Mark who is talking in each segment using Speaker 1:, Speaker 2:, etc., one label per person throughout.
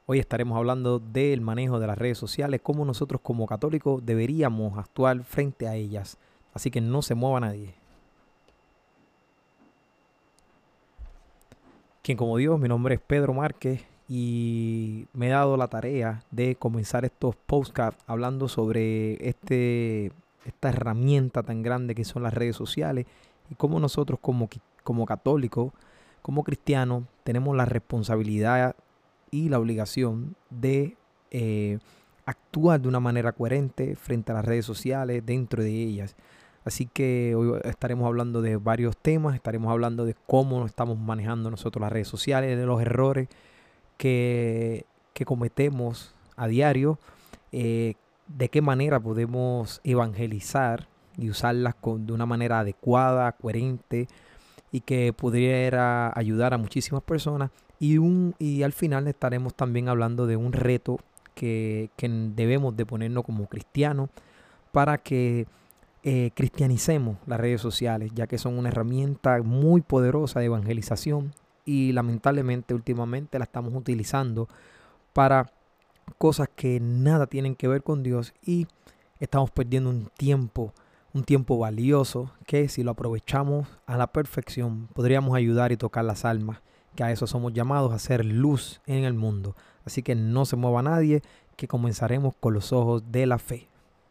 Speaker 1: Hoy estaremos hablando del manejo de las redes sociales, cómo nosotros como católicos deberíamos actuar frente a ellas. Así que no se mueva nadie. Quien como Dios, mi nombre es Pedro Márquez y me he dado la tarea de comenzar estos podcasts hablando sobre esta herramienta tan grande que son las redes sociales y cómo nosotros como católicos, como cristianos, tenemos la responsabilidad y la obligación de actuar de una manera coherente frente a las redes sociales, dentro de ellas. Así que hoy estaremos hablando de varios temas, estaremos hablando de cómo estamos manejando nosotros las redes sociales, de los errores que cometemos a diario, de qué manera podemos evangelizar y usarlas de una manera adecuada, coherente y que pudiera ayudar a muchísimas personas. Y al final estaremos también hablando de un reto que debemos de ponernos como cristianos para que cristianicemos las redes sociales, ya que son una herramienta muy poderosa de evangelización y lamentablemente últimamente la estamos utilizando para cosas que nada tienen que ver con Dios y estamos perdiendo un tiempo valioso que si lo aprovechamos a la perfección podríamos ayudar y tocar las almas, que a eso somos llamados, a hacer luz en el mundo. Así que no se mueva nadie, que comenzaremos con los ojos de la fe.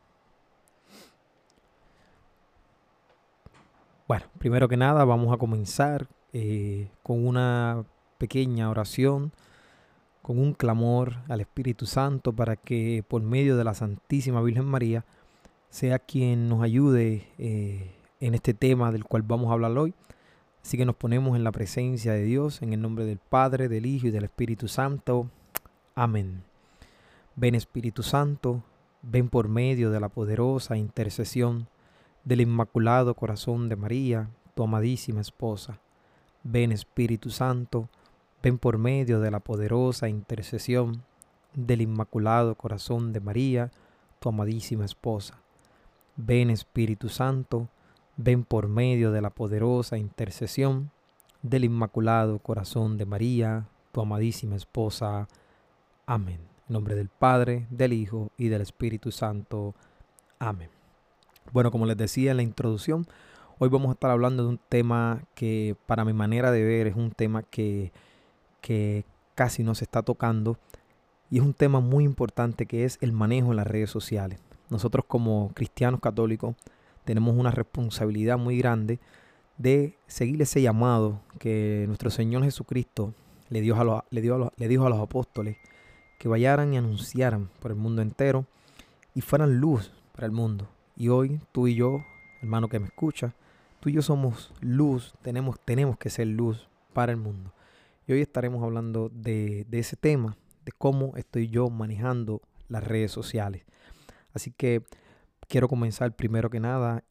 Speaker 1: Bueno, primero que nada vamos a comenzar con una pequeña oración, con un clamor al Espíritu Santo para que por medio de la Santísima Virgen María sea quien nos ayude en este tema del cual vamos a hablar hoy. Así que nos ponemos en la presencia de Dios, en el nombre del Padre, del Hijo y del Espíritu Santo. Amén. Ven Espíritu Santo, ven por medio de la poderosa intercesión del Inmaculado Corazón de María, tu amadísima esposa. Ven Espíritu Santo, ven por medio de la poderosa intercesión del Inmaculado Corazón de María, tu amadísima esposa. Ven Espíritu Santo, ven por medio de la poderosa intercesión del Inmaculado Corazón de María, tu amadísima esposa. Amén. En nombre del Padre, del Hijo y del Espíritu Santo. Amén. Bueno, como les decía en la introducción, hoy vamos a estar hablando de un tema que para mi manera de ver es un tema que casi no se está tocando y es un tema muy importante que es el manejo de las redes sociales. Nosotros como cristianos católicos tenemos una responsabilidad muy grande de seguir ese llamado que nuestro Señor Jesucristo le dijo a los apóstoles, que vayaran y anunciaran por el mundo entero y fueran luz para el mundo. Y hoy tú y yo, hermano que me escucha, tú y yo somos luz, tenemos que ser luz para el mundo. Y hoy estaremos hablando de ese tema, de cómo estoy yo manejando las redes sociales. Así que quiero comenzar primero que nada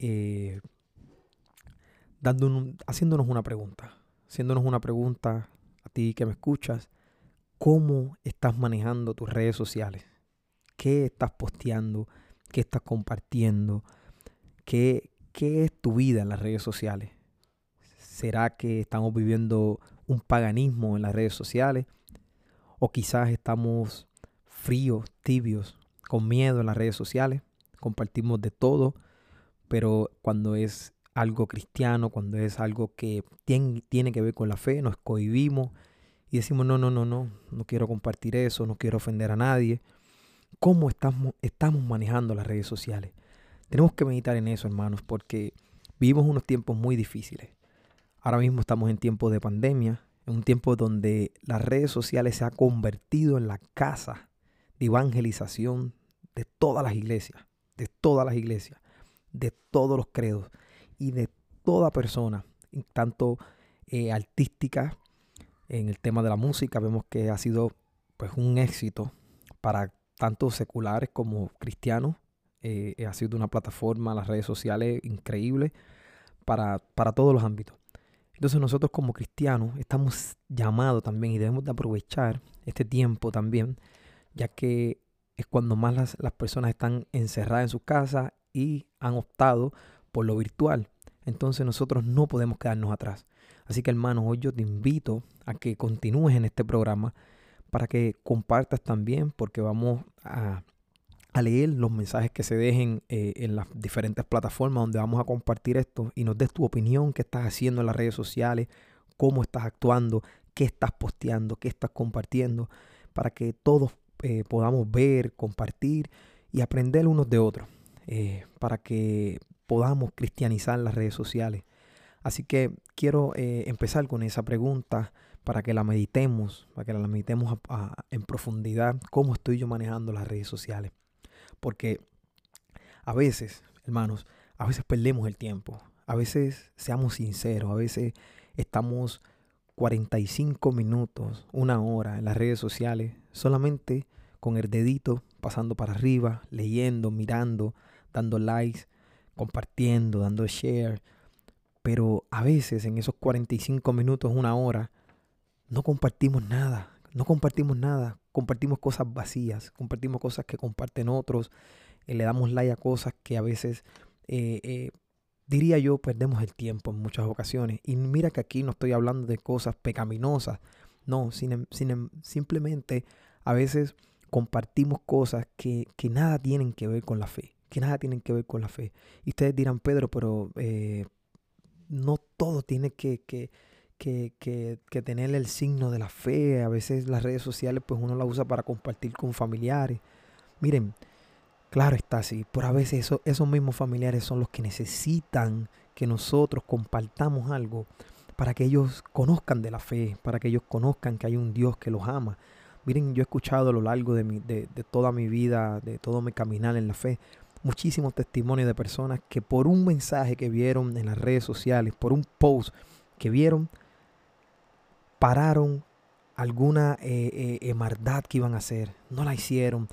Speaker 1: haciéndonos una pregunta a ti que me escuchas. ¿Cómo estás manejando tus redes sociales? ¿Qué estás posteando? ¿Qué estás compartiendo? ¿Qué es tu vida en las redes sociales? ¿Será que estamos viviendo un paganismo en las redes sociales? ¿O quizás estamos fríos, tibios, con miedo en las redes sociales? Compartimos de todo, pero cuando es algo cristiano, cuando es algo que tiene que ver con la fe, nos cohibimos y decimos no quiero compartir eso, no quiero ofender a nadie. ¿Cómo estamos manejando las redes sociales? Tenemos que meditar en eso, hermanos, porque vivimos unos tiempos muy difíciles. Ahora mismo estamos en tiempos de pandemia, en un tiempo donde las redes sociales se ha convertido en la casa de evangelización de todas las iglesias, de todos los credos y de toda persona, tanto artística. En el tema de la música vemos que ha sido pues un éxito para tanto seculares como cristianos. Ha sido una plataforma, las redes sociales, increíble para todos los ámbitos. Entonces nosotros como cristianos estamos llamados también y debemos de aprovechar este tiempo también, ya que es cuando más las personas están encerradas en sus casas y han optado por lo virtual. Entonces nosotros no podemos quedarnos atrás. Así que hermanos, hoy yo te invito a que continúes en este programa para que compartas también, porque vamos a leer los mensajes que se dejen en las diferentes plataformas donde vamos a compartir esto, y nos des tu opinión, qué estás haciendo en las redes sociales, cómo estás actuando, qué estás posteando, qué estás compartiendo, para que todos podamos ver, compartir y aprender unos de otros, para que podamos cristianizar las redes sociales. Así que quiero empezar con esa pregunta para que la meditemos, en profundidad. ¿Cómo estoy yo manejando las redes sociales? Porque a veces, hermanos, a veces perdemos el tiempo. A veces, seamos sinceros, a veces estamos 45 minutos, una hora en las redes sociales, solamente con el dedito pasando para arriba, leyendo, mirando, dando likes, compartiendo, dando share. Pero a veces en esos 45 minutos, una hora, no compartimos nada. No compartimos nada. Compartimos cosas vacías. Compartimos cosas que comparten otros. Le damos like a cosas que a veces, diría yo, perdemos el tiempo en muchas ocasiones. Y mira que aquí no estoy hablando de cosas pecaminosas. No, simplemente a veces compartimos cosas que nada tienen que ver con la fe. Que nada tienen que ver con la fe. Y ustedes dirán, Pedro, pero no todo tiene que tener el signo de la fe. A veces las redes sociales pues uno las usa para compartir con familiares. Miren, claro está así, pero a veces esos mismos familiares son los que necesitan que nosotros compartamos algo para que ellos conozcan de la fe, para que ellos conozcan que hay un Dios que los ama. Miren, yo he escuchado a lo largo de toda mi vida, de todo mi caminar en la fe, muchísimos testimonios de personas que por un mensaje que vieron en las redes sociales, por un post que vieron, pararon alguna maldad que iban a hacer, no la hicieron,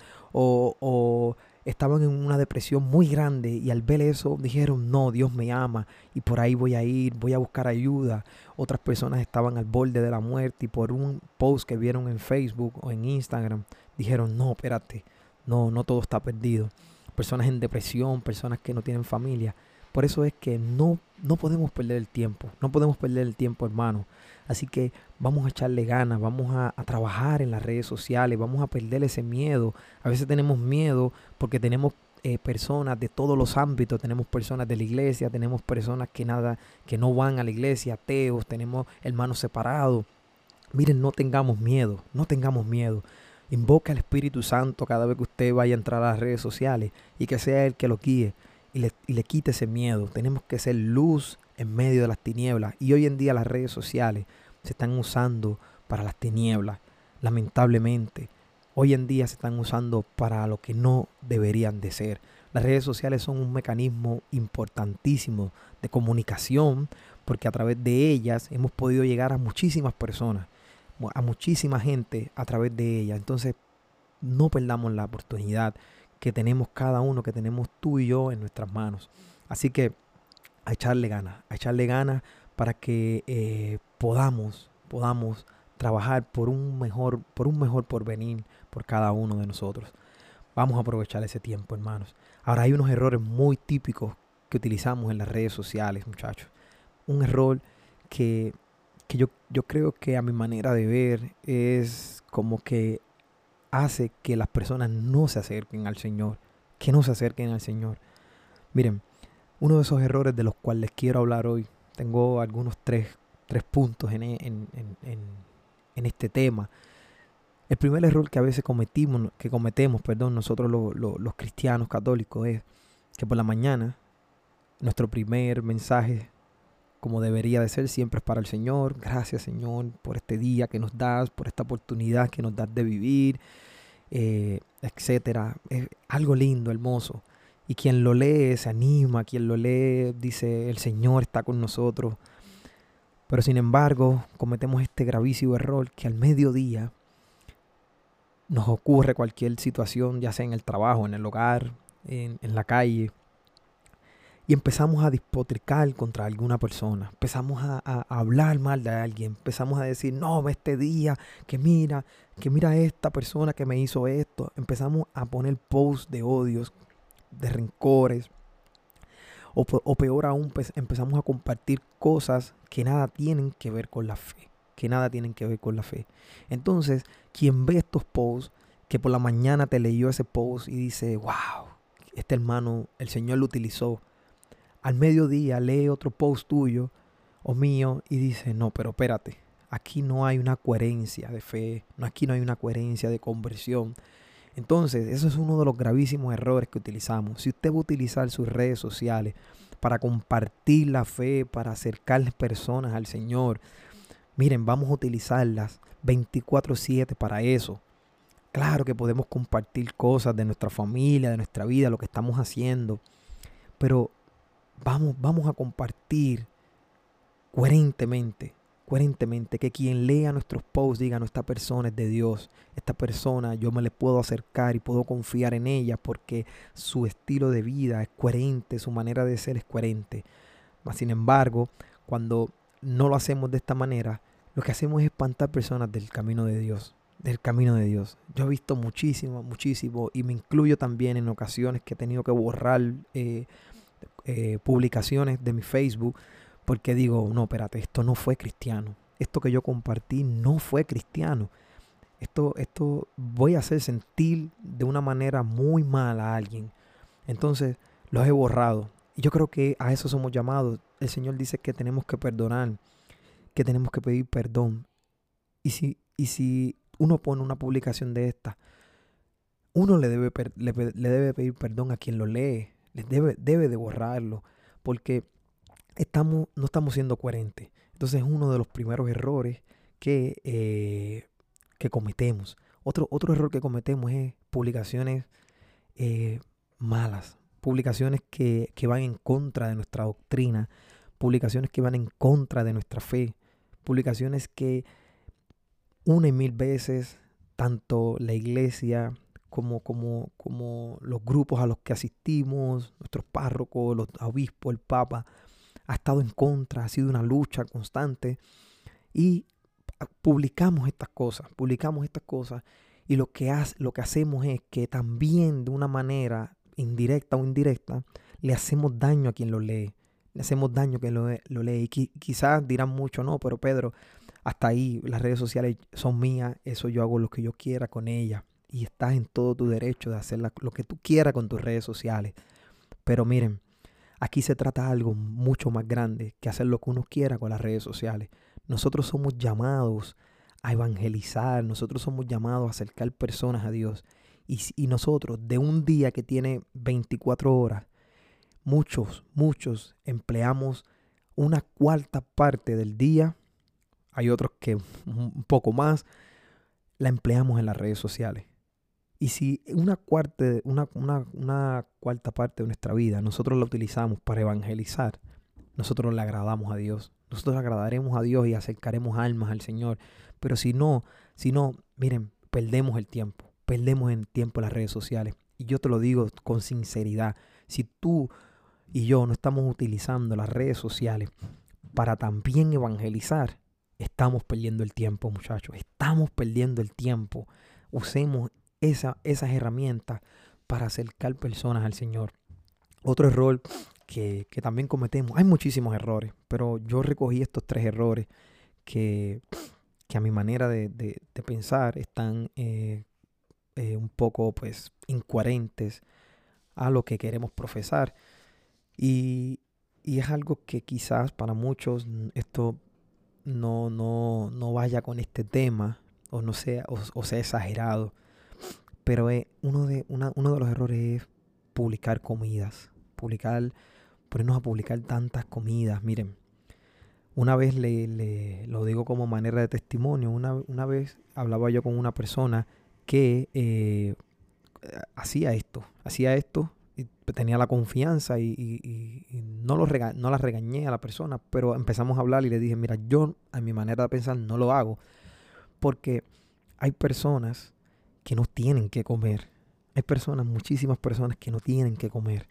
Speaker 1: o estaban en una depresión muy grande y al ver eso dijeron, no, Dios me ama y por ahí voy a ir, voy a buscar ayuda. Otras personas estaban al borde de la muerte y por un post que vieron en Facebook o en Instagram dijeron, no, espérate, no todo está perdido. Personas en depresión, personas que no tienen familia. Por eso es que no podemos perder el tiempo, no podemos perder el tiempo, hermano. Así que vamos a echarle ganas, vamos a trabajar en las redes sociales, vamos a perder ese miedo. A veces tenemos miedo porque tenemos personas de todos los ámbitos, tenemos personas de la iglesia, tenemos personas que no van a la iglesia, ateos, tenemos hermanos separados. Miren, no tengamos miedo, no tengamos miedo. Invoca al Espíritu Santo cada vez que usted vaya a entrar a las redes sociales y que sea Él que lo guíe y le quite ese miedo. Tenemos que ser luz en medio de las tinieblas. Y hoy en día las redes sociales se están usando para las tinieblas, lamentablemente. Hoy en día se están usando para lo que no deberían de ser. Las redes sociales son un mecanismo importantísimo de comunicación porque a través de ellas hemos podido llegar a muchísimas personas, a muchísima gente a través de ellas. Entonces no perdamos la oportunidad que tenemos cada uno, que tenemos tú y yo en nuestras manos. Así que a echarle ganas para que podamos trabajar por un mejor porvenir por cada uno de nosotros. Vamos a aprovechar ese tiempo, hermanos. Ahora hay unos errores muy típicos que utilizamos en las redes sociales, muchachos. Un error que yo creo que a mi manera de ver es como que hace que las personas no se acerquen al Señor, que no se acerquen al Señor. Miren, uno de esos errores de los cuales les quiero hablar hoy, tengo algunos tres puntos en este tema. El primer error que a veces cometemos, nosotros los cristianos católicos es que por la mañana nuestro primer mensaje, como debería de ser, siempre es para el Señor. Gracias, Señor, por este día que nos das, por esta oportunidad que nos das de vivir, etcétera. Es algo lindo, hermoso. Y quien lo lee se anima, quien lo lee dice, el Señor está con nosotros. Pero sin embargo, cometemos este gravísimo error que al mediodía nos ocurre cualquier situación, ya sea en el trabajo, en el hogar, en la calle, y empezamos a despotricar contra alguna persona, empezamos a hablar mal de alguien, empezamos a decir, no, este día, que mira esta persona que me hizo esto. Empezamos a poner posts de odios, de rencores, o peor aún, empezamos a compartir cosas que nada tienen que ver con la fe. que nada tienen que ver con la fe. Entonces, quien ve estos posts, que por la mañana te leyó ese post y dice, wow, este hermano, el Señor lo utilizó. Al mediodía lee otro post tuyo o mío y dice, no, pero espérate, aquí no hay una coherencia de fe, aquí no hay una coherencia de conversión. Entonces, eso es uno de los gravísimos errores que utilizamos. Si usted va a utilizar sus redes sociales para compartir la fe, para acercar personas al Señor, miren, vamos a utilizarlas 24/7 para eso. Claro que podemos compartir cosas de nuestra familia, de nuestra vida, lo que estamos haciendo, pero vamos a compartir coherentemente, que quien lea nuestros posts diga, no, esta persona es de Dios, esta persona yo me le puedo acercar y puedo confiar en ella porque su estilo de vida es coherente, su manera de ser es coherente. Mas, sin embargo, cuando no lo hacemos de esta manera, lo que hacemos es espantar personas del camino de Dios. Yo he visto muchísimo, y me incluyo también en ocasiones que he tenido que borrar publicaciones de mi Facebook porque digo, no, espérate, esto no fue cristiano. Esto que yo compartí no fue cristiano. Esto voy a hacer sentir de una manera muy mal a alguien. Entonces, los he borrado. Y yo creo que a eso somos llamados. El Señor dice que tenemos que perdonar, que tenemos que pedir perdón. Y si uno pone una publicación de esta, uno le debe pedir perdón a quien lo lee. Debe de borrarlo. Porque no estamos siendo coherentes. Entonces es uno de los primeros errores que cometemos. Otro error que cometemos es publicaciones malas, publicaciones que van en contra de nuestra doctrina, publicaciones que van en contra de nuestra fe, publicaciones que una y mil veces tanto la iglesia como los grupos a los que asistimos, nuestros párrocos, los obispos, el papa, ha estado en contra, ha sido una lucha constante y publicamos estas cosas y lo que hacemos es que también de una manera indirecta o indirecta le hacemos daño a quien lo lee, lo lee y quizás dirán mucho, no, pero Pedro, hasta ahí las redes sociales son mías, eso yo hago lo que yo quiera con ellas y estás en todo tu derecho de hacer lo que tú quieras con tus redes sociales, pero miren, aquí se trata de algo mucho más grande que hacer lo que uno quiera con las redes sociales. Nosotros somos llamados a evangelizar, nosotros somos llamados a acercar personas a Dios. Y nosotros, de un día que tiene 24 horas, muchos empleamos una cuarta parte del día, hay otros que un poco más, la empleamos en las redes sociales. Y si una cuarta parte de nuestra vida nosotros la utilizamos para evangelizar, nosotros le agradamos a Dios. Nosotros le agradaremos a Dios y acercaremos almas al Señor. Pero si no, miren, perdemos el tiempo en las redes sociales. Y yo te lo digo con sinceridad. Si tú y yo no estamos utilizando las redes sociales para también evangelizar, estamos perdiendo el tiempo, muchachos. Estamos perdiendo el tiempo. Usemos esas herramientas para acercar personas al Señor. Otro error que también cometemos, hay muchísimos errores, pero yo recogí estos 3 errores que a mi manera de pensar están un poco pues incoherentes a lo que queremos profesar y es algo que quizás para muchos esto no vaya con este tema o no sea o sea exagerado. Pero uno de los errores es publicar comidas. Ponernos a publicar tantas comidas. Miren, una vez lo digo como manera de testimonio. Una vez hablaba yo con una persona que hacía esto. Y tenía la confianza y no la regañé a la persona. Pero empezamos a hablar y le dije, mira, yo a mi manera de pensar no lo hago. Porque hay personas que no tienen que comer. Hay muchísimas personas que no tienen que comer.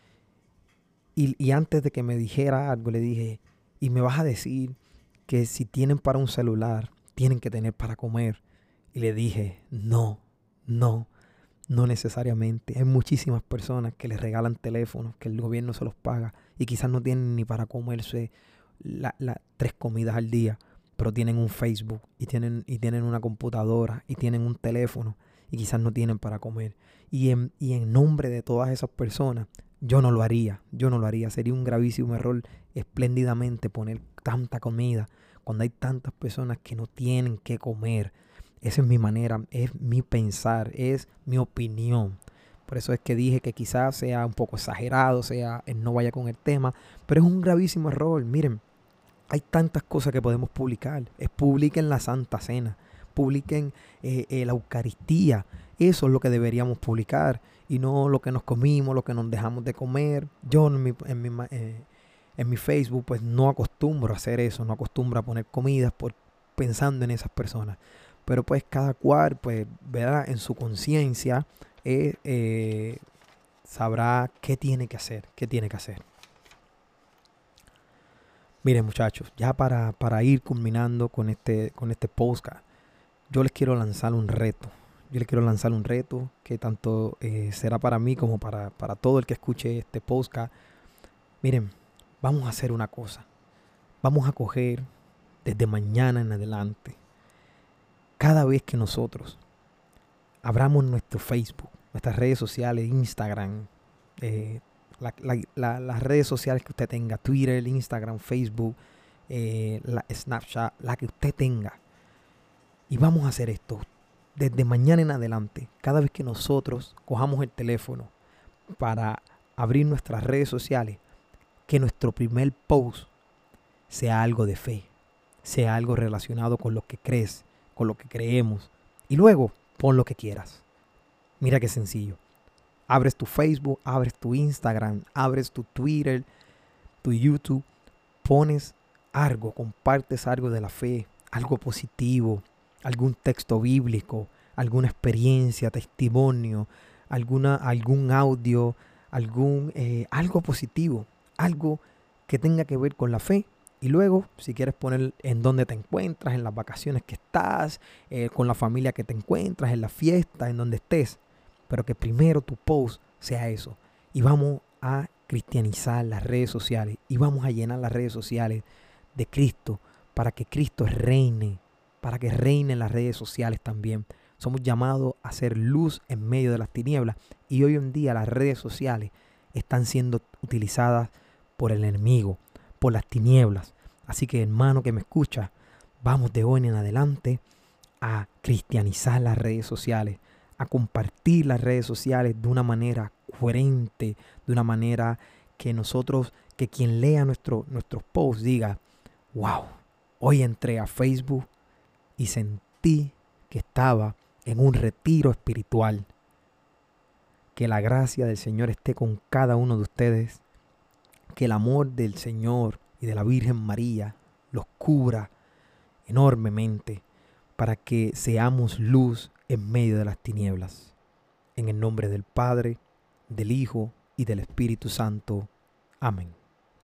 Speaker 1: Y antes de que me dijera algo, le dije, y me vas a decir que si tienen para un celular, tienen que tener para comer. Y le dije, no necesariamente. Hay muchísimas personas que les regalan teléfonos, que el gobierno se los paga, y quizás no tienen ni para comerse 3 comidas al día. pero tienen un Facebook y tienen una computadora y tienen un teléfono y quizás no tienen para comer. Y en nombre de todas esas personas, yo no lo haría. Sería un gravísimo error espléndidamente poner tanta comida cuando hay tantas personas que no tienen qué comer. Esa es mi manera, es mi pensar, es mi opinión. Por eso es que dije que quizás sea un poco exagerado, no vaya con el tema, pero es un gravísimo error. Miren, hay tantas cosas que podemos publicar. Publiquen la Santa Cena, publiquen la Eucaristía. Eso es lo que deberíamos publicar y no lo que nos comimos, lo que nos dejamos de comer. Yo en mi Facebook pues no acostumbro a hacer eso, no acostumbro a poner comidas pensando en esas personas. Pero pues cada cual pues verá en su conciencia, sabrá qué tiene que hacer, Miren muchachos, ya para ir culminando con este podcast, yo les quiero lanzar un reto. Que tanto será para mí como para todo el que escuche este podcast. Miren, vamos a hacer una cosa. Vamos a coger desde mañana en adelante, cada vez que nosotros abramos nuestro Facebook, nuestras redes sociales, Instagram, las redes sociales que usted tenga, Twitter, Instagram, Facebook, Snapchat, la que usted tenga. Y vamos a hacer esto desde mañana en adelante. Cada vez que nosotros cojamos el teléfono para abrir nuestras redes sociales, que nuestro primer post sea algo de fe, sea algo relacionado con lo que crees, con lo que creemos. Y luego pon lo que quieras. Mira qué sencillo. Abres tu Facebook, abres tu Instagram, abres tu Twitter, tu YouTube, pones algo, compartes algo de la fe, algo positivo, algún texto bíblico, alguna experiencia, testimonio, algún audio, algo positivo, algo que tenga que ver con la fe. Y luego, si quieres poner en dónde te encuentras, en las vacaciones que estás, con la familia que te encuentras, en la fiesta, en donde estés. Pero que primero tu post sea eso. Y vamos a cristianizar las redes sociales. Y vamos a llenar las redes sociales de Cristo para que Cristo reine. Para que reine las redes sociales también. Somos llamados a ser luz en medio de las tinieblas. Y hoy en día las redes sociales están siendo utilizadas por el enemigo, por las tinieblas. Así que, hermano que me escucha, vamos de hoy en adelante a cristianizar las redes sociales, a compartir las redes sociales de una manera coherente, de una manera que quien lea nuestros posts diga, wow, hoy entré a Facebook y sentí que estaba en un retiro espiritual. Que la gracia del Señor esté con cada uno de ustedes. Que el amor del Señor y de la Virgen María los cubra enormemente para que seamos luz en medio de las tinieblas. En el nombre del Padre, del Hijo y del Espíritu Santo. Amén.